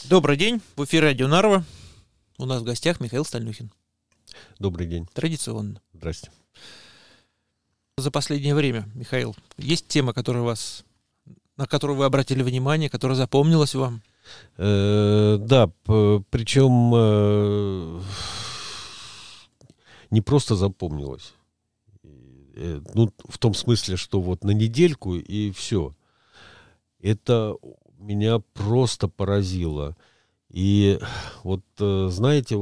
Добрый день, в эфире Радио Нарва. У нас в гостях Михаил Стальнюхин. Добрый день. Традиционно. Здрасте. За последнее время, Михаил, есть тема, на которую вы обратили внимание, которая запомнилась вам? Да, причем не просто запомнилось. Ну, в том смысле, что вот на недельку и все. Это меня просто поразило. И вот, знаете,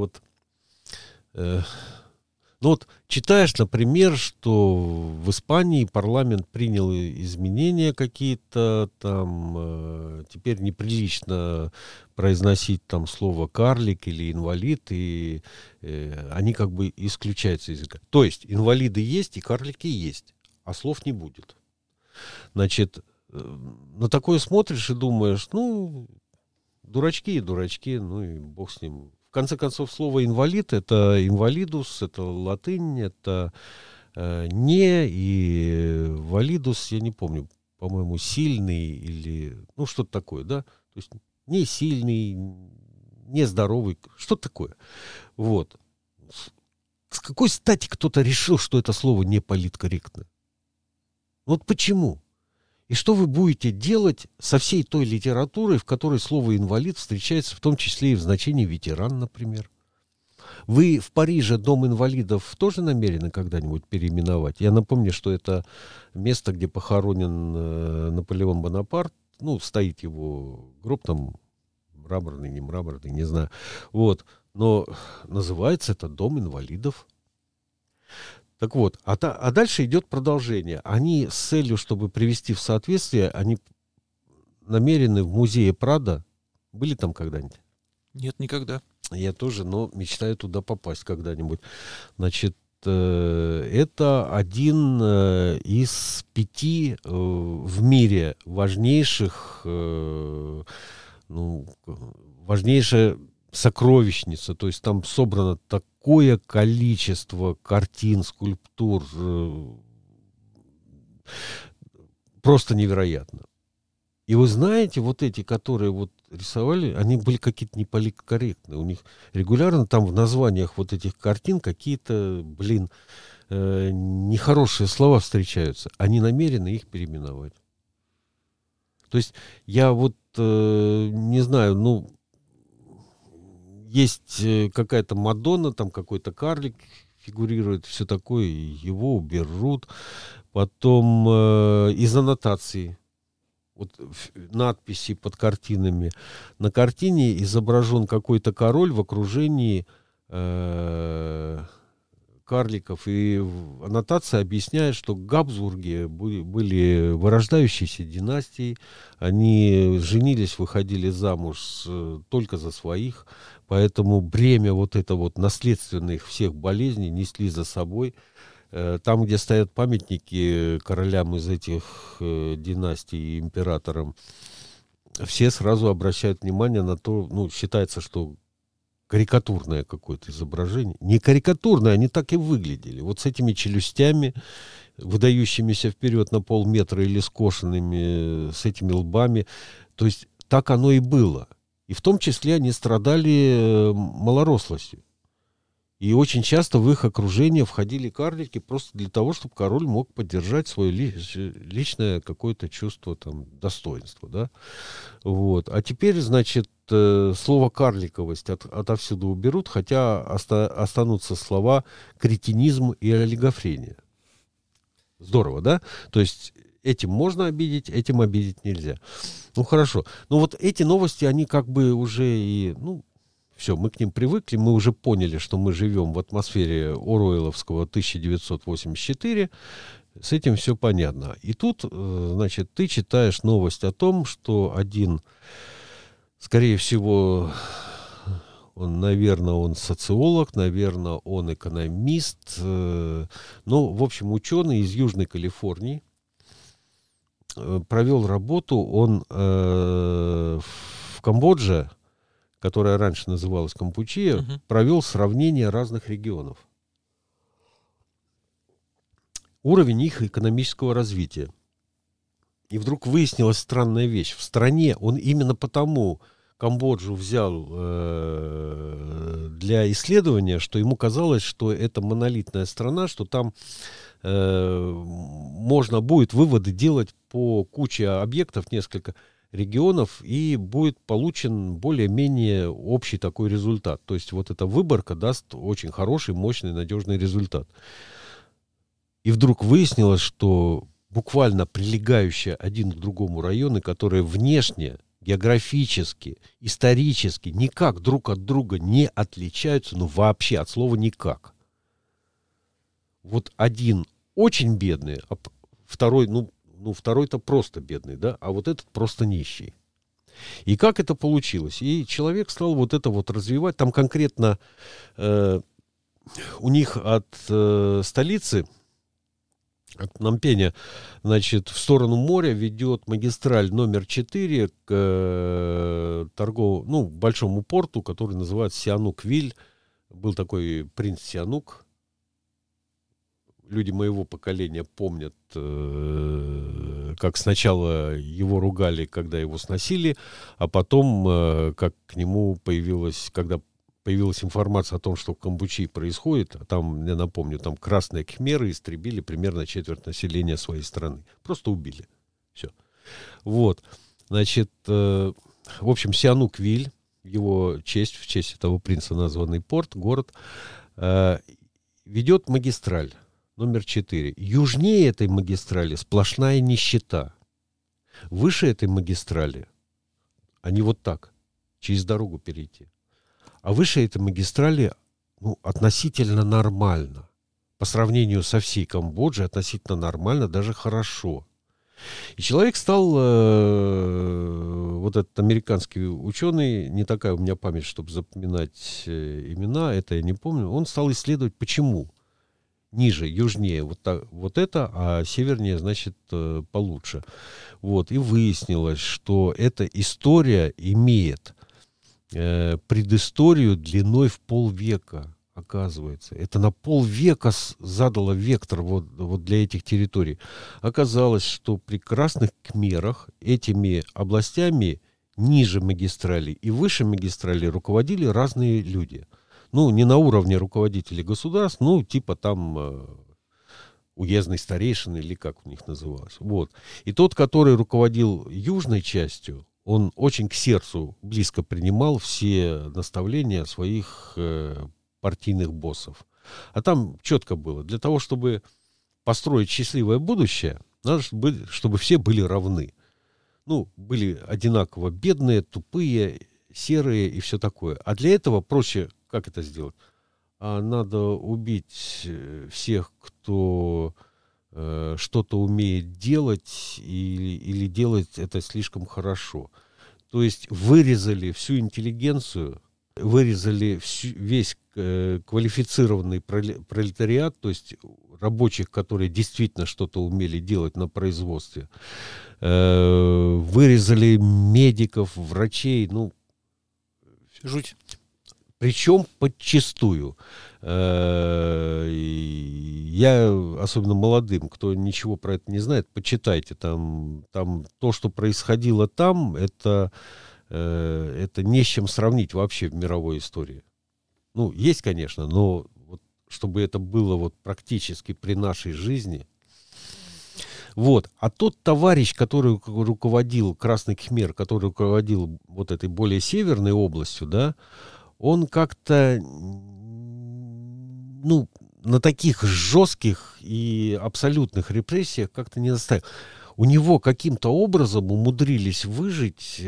ну вот читаешь, например, что в Испании парламент принял изменения какие-то, там теперь неприлично произносить там слово «карлик» или «инвалид», и они как бы исключаются из языка. То есть инвалиды есть и карлики есть, а слов не будет. Значит, на такое смотришь и думаешь, ну, дурачки и дурачки, ну и бог с ним. В конце концов, слово «инвалид» — это «инвалидус», это латынь, это «не», и «валидус», я не помню, по-моему, «сильный» или, ну, что-то такое, да? То есть не сильный, не здоровый, что-то такое. Вот. С какой стати кто-то решил, что это слово не политкорректно? Вот почему? И что вы будете делать со всей той литературой, в которой слово «инвалид» встречается, в том числе и в значении «ветеран», например? Вы в Париже Дом инвалидов тоже намерены когда-нибудь переименовать? Я напомню, что это место, где похоронен Наполеон Бонапарт. Ну, стоит его гроб там, мраморный, не мраморный, не знаю. Вот. Но называется это Дом инвалидов. Так вот, а дальше идет продолжение. Они с целью, чтобы привести в соответствие, они намерены в музее Прадо. Были там когда-нибудь? Нет, никогда. Я тоже, но мечтаю туда попасть когда-нибудь. Значит, это один из 5 в мире важнейших, важнейшая сокровищница. То есть там собрано такое количество картин, скульптур, просто невероятно. И вы знаете, вот эти, которые вот рисовали, они были какие-то неполиткорректные. У них регулярно там в названиях вот этих картин какие-то, нехорошие слова встречаются. Они намерены их переименовать. То есть я вот не знаю, ну, есть какая-то Мадонна, там какой-то карлик фигурирует, все такое, его уберут. Потом из аннотации. Вот надписи под картинами. На картине изображен какой-то король в окружении карликов. И аннотация объясняет, что Габсбурги были вырождающейся династией. Они женились, выходили замуж только за своих. Поэтому бремя вот это вот наследственных всех болезней несли за собой. Там, где стоят памятники королям из этих династий и императорам, все сразу обращают внимание на то, ну, считается, что карикатурное какое-то изображение. Не карикатурное, они так и выглядели. Вот с этими челюстями, выдающимися вперед на полметра или скошенными, с этими лбами. То есть так оно и было. И в том числе они страдали малорослостью. И очень часто в их окружение входили карлики просто для того, чтобы король мог поддержать свое личное какое-то чувство там, достоинства. Да? Вот. А теперь, значит, слово «карликовость» отовсюду уберут, хотя останутся слова «кретинизм» и «олигофрения». Здорово, да? То есть этим можно обидеть, этим обидеть нельзя. Ну, хорошо. Но вот эти новости, они как бы уже и... Ну, все, мы к ним привыкли, мы уже поняли, что мы живем в атмосфере оруэлловского 1984, с этим все понятно. И тут, значит, ты читаешь новость о том, что один, скорее всего, он социолог, наверное, он экономист, ну, в общем, ученый из Южной Калифорнии, провел работу, он в Камбодже, которая раньше называлась Кампучия, провел сравнение разных регионов. Уровень их экономического развития. И вдруг выяснилась странная вещь. В стране он именно потому Камбоджу взял для исследования, что ему казалось, что это монолитная страна, что там можно будет выводы делать по куче объектов, несколько регионов, и будет получен более-менее общий такой результат. То есть вот эта выборка даст очень хороший, мощный, надежный результат. И вдруг выяснилось, что буквально прилегающие один к другому районы, которые внешне, географически, исторически никак друг от друга не отличаются, ну вообще от слова никак. Вот один очень бедный, а второй, второй-то просто бедный, да, а вот этот просто нищий. И как это получилось? И человек стал вот это вот развивать. Там конкретно у них от столицы, от Пномпеня, значит, в сторону моря ведет магистраль номер 4 к большому порту, который называется Сианук-Виль. Был такой принц Сианук. Люди моего поколения помнят, как сначала его ругали, когда его сносили, а потом, как к нему когда появилась информация о том, что в Камбучи происходит, а там, я напомню, там красные кхмеры истребили примерно четверть населения своей страны. Просто убили. Все. Вот. Значит, в общем, Сианук-Виль, в честь этого принца названный порт, город, ведет магистраль номер 4. Южнее этой магистрали сплошная нищета. Выше этой магистрали они вот так, через дорогу перейти. А выше этой магистрали относительно нормально. По сравнению со всей Камбоджей относительно нормально, даже хорошо. И человек стал, вот этот американский ученый, не такая у меня память, чтобы запоминать имена, это я не помню, он стал исследовать, почему ниже, южнее вот это, а севернее, значит, получше. Вот. И выяснилось, что эта история имеет предысторию длиной в полвека, оказывается. Это на полвека задало вектор вот для этих территорий. Оказалось, что при красных кхмерах этими областями ниже магистрали и выше магистрали руководили разные люди. Не на уровне руководителей государств, типа там уездный старейшин или как у них называлось. Вот. И тот, который руководил южной частью, он очень к сердцу близко принимал все наставления своих партийных боссов. А там четко было, для того, чтобы построить счастливое будущее, надо, чтобы все были равны. Были одинаково бедные, тупые, серые и все такое. А для этого проще, как это сделать? Надо убить всех, кто что-то умеет делать или делать это слишком хорошо. То есть вырезали всю интеллигенцию, вырезали весь квалифицированный пролетариат, то есть рабочих, которые действительно что-то умели делать на производстве. Вырезали медиков, врачей, жуть. Причем подчистую. Я, особенно молодым, кто ничего про это не знает, почитайте. Там то, что происходило там, это не с чем сравнить вообще в мировой истории. Есть, конечно, но вот, чтобы это было практически при нашей жизни. Вот. А тот товарищ, который руководил, Красный Кхмер, который руководил вот этой более северной областью, да, он как-то, на таких жестких и абсолютных репрессиях как-то не настоял. У него каким-то образом умудрились выжить,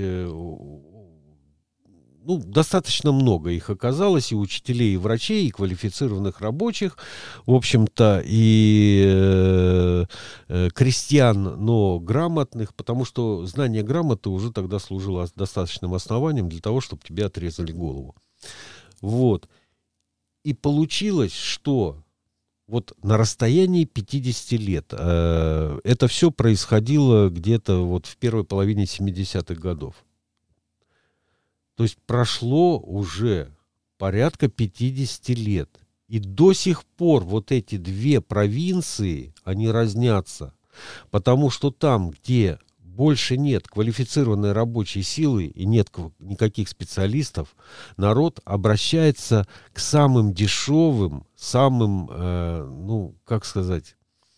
достаточно много их оказалось, и учителей, и врачей, и квалифицированных рабочих, в общем-то, и крестьян, но грамотных, потому что знание грамоты уже тогда служило достаточным основанием для того, чтобы тебе отрезали голову. Вот. И получилось, что вот на расстоянии 50 лет это все происходило где-то в первой половине 70-х годов. То есть прошло уже порядка 50 лет. И до сих пор вот эти две провинции, они разнятся. Потому что там, где больше нет квалифицированной рабочей силы и нет никаких специалистов, народ обращается к самым дешевым, самым, как сказать,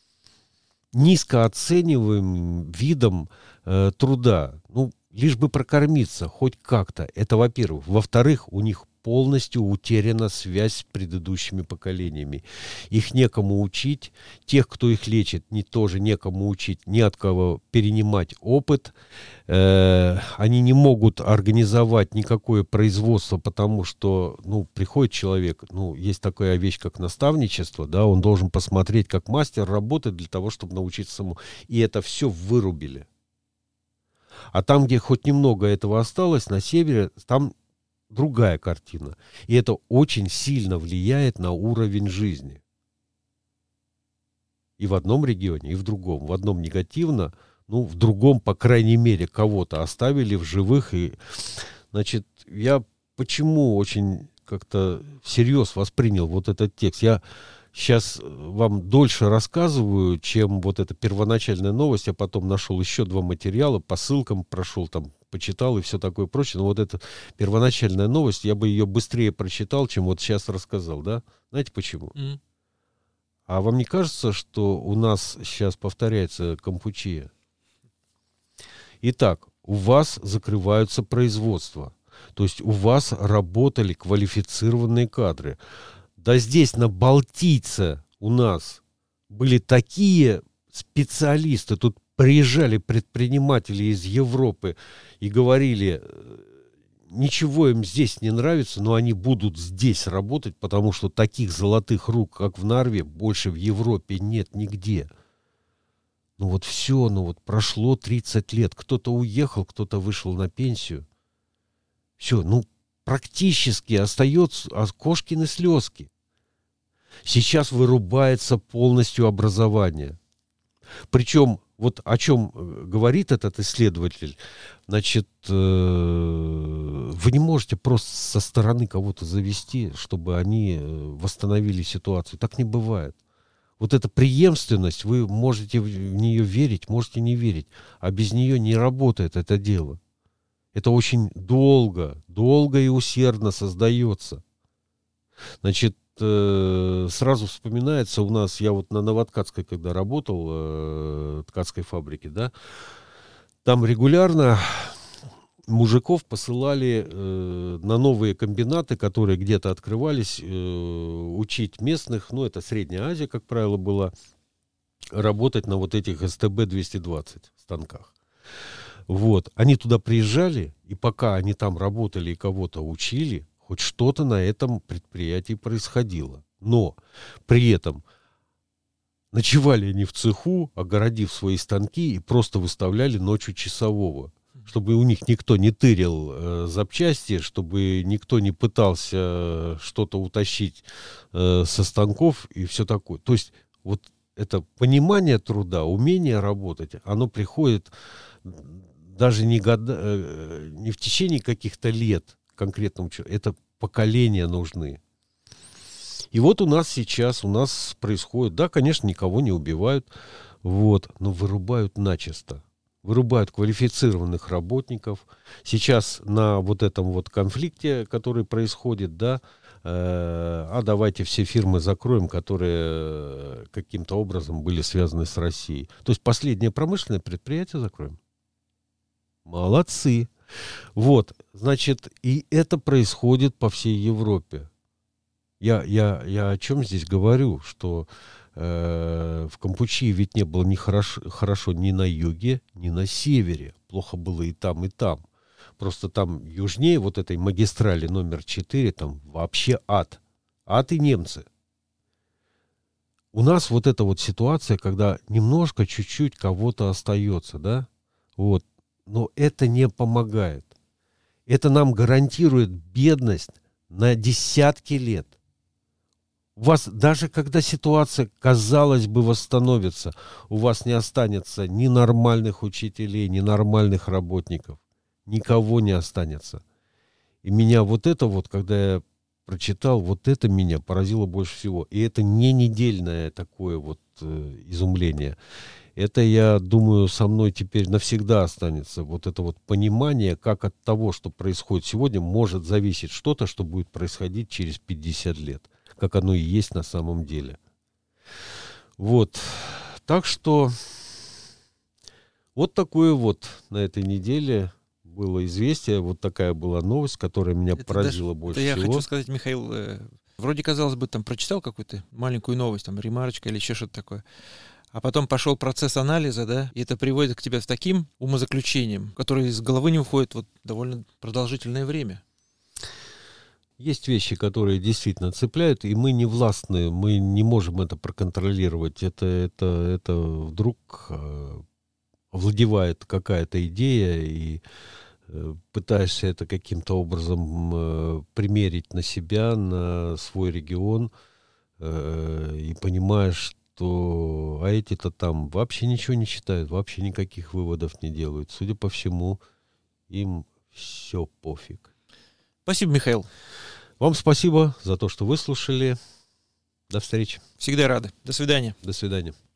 низкооцениваемым видам труда. Ну, лишь бы прокормиться хоть как-то. Это, во-первых. Во-вторых, у них полностью утеряна связь с предыдущими поколениями. Их некому учить, тех, кто их лечит, тоже некому учить, не от кого перенимать опыт. Они не могут организовать никакое производство, потому что, приходит человек, есть такая вещь, как наставничество, да, он должен посмотреть, как мастер работает для того, чтобы научиться самому. И это все вырубили. А там, где хоть немного этого осталось, на севере, там другая картина. И это очень сильно влияет на уровень жизни. И в одном регионе, и в другом. В одном негативно, в другом, по крайней мере, кого-то оставили в живых. И, значит, я почему очень как-то всерьез воспринял вот этот текст? Я сейчас вам дольше рассказываю, чем вот эта первоначальная новость. Я потом нашел еще 2 материала, по ссылкам прошел, там, почитал и все такое прочее. Но вот эта первоначальная новость, я бы ее быстрее прочитал, чем вот сейчас рассказал, да? Знаете почему? А вам не кажется, что у нас сейчас повторяется Кампучия? Итак, у вас закрываются производства. То есть у вас работали квалифицированные кадры. Да здесь на Балтийце у нас были такие специалисты, тут приезжали предприниматели из Европы и говорили, ничего им здесь не нравится, но они будут здесь работать, потому что таких золотых рук, как в Нарве, больше в Европе нет нигде. Прошло 30 лет, кто-то уехал, кто-то вышел на пенсию. Все, практически остается кошкины слезки. Сейчас вырубается полностью образование. Причем, вот о чем говорит этот исследователь, значит, вы не можете просто со стороны кого-то завести, чтобы они восстановили ситуацию. Так не бывает. Вот эта преемственность, вы можете в нее верить, можете не верить, а без нее не работает это дело. Это очень долго и усердно создается. Значит, сразу вспоминается у нас, я вот на Новоткацкой, когда работал, ткацкой фабрике, да, там регулярно мужиков посылали на новые комбинаты, которые где-то открывались, учить местных, это Средняя Азия, как правило, была, работать на вот этих СТБ-220 станках. Вот. Они туда приезжали, и пока они там работали и кого-то учили, хоть что-то на этом предприятии происходило. Но при этом ночевали они в цеху, огородив свои станки, и просто выставляли ночью часового, чтобы у них никто не тырил запчасти, чтобы никто не пытался что-то утащить со станков и все такое. То есть вот это понимание труда, умение работать, оно приходит даже не в течение каких-то лет конкретному человеку. Это поколения нужны. И вот у нас сейчас, происходит, да, конечно, никого не убивают, но вырубают начисто. Вырубают квалифицированных работников. Сейчас на вот этом вот конфликте, который происходит, да, давайте все фирмы закроем, которые каким-то образом были связаны с Россией. То есть последнее промышленное предприятие закроем. Молодцы. Вот, значит, и это происходит по всей Европе. Я о чем здесь говорю, что в Кампучии ведь не было ни хорошо ни на юге, ни на севере. Плохо было и там, и там. Просто там южнее вот этой магистрали номер 4, там вообще ад. Ад и немцы. У нас вот эта вот ситуация, когда немножко, чуть-чуть кого-то остается, да, вот. Но это не помогает. Это нам гарантирует бедность на десятки лет. У вас, даже когда ситуация, казалось бы, восстановится, у вас не останется ни нормальных учителей, ни нормальных работников. Никого не останется. И меня вот это вот, когда я прочитал, вот это меня поразило больше всего. И это не недельное такое вот изумление. Это, я думаю, со мной теперь навсегда останется. Вот это вот понимание, как от того, что происходит сегодня, может зависеть что-то, что будет происходить через 50 лет. Как оно и есть на самом деле. Вот. Так что вот такое вот на этой неделе было известие. Вот такая была новость, которая меня поразила больше всего. Я хочу сказать, Михаил, вроде, казалось бы, там прочитал какую-то маленькую новость, там ремарочка или еще что-то такое. А потом пошел процесс анализа, да, и это приводит к тебе с таким умозаключением, которое из головы не уходит вот довольно продолжительное время. Есть вещи, которые действительно цепляют, и мы не властны, мы не можем это проконтролировать. Это вдруг овладевает какая-то идея, и пытаешься это каким-то образом примерить на себя, на свой регион, и понимаешь, что эти-то там вообще ничего не читают, вообще никаких выводов не делают. Судя по всему, им все пофиг. Спасибо, Михаил. Вам спасибо за то, что выслушали. До встречи. Всегда рады. До свидания. До свидания.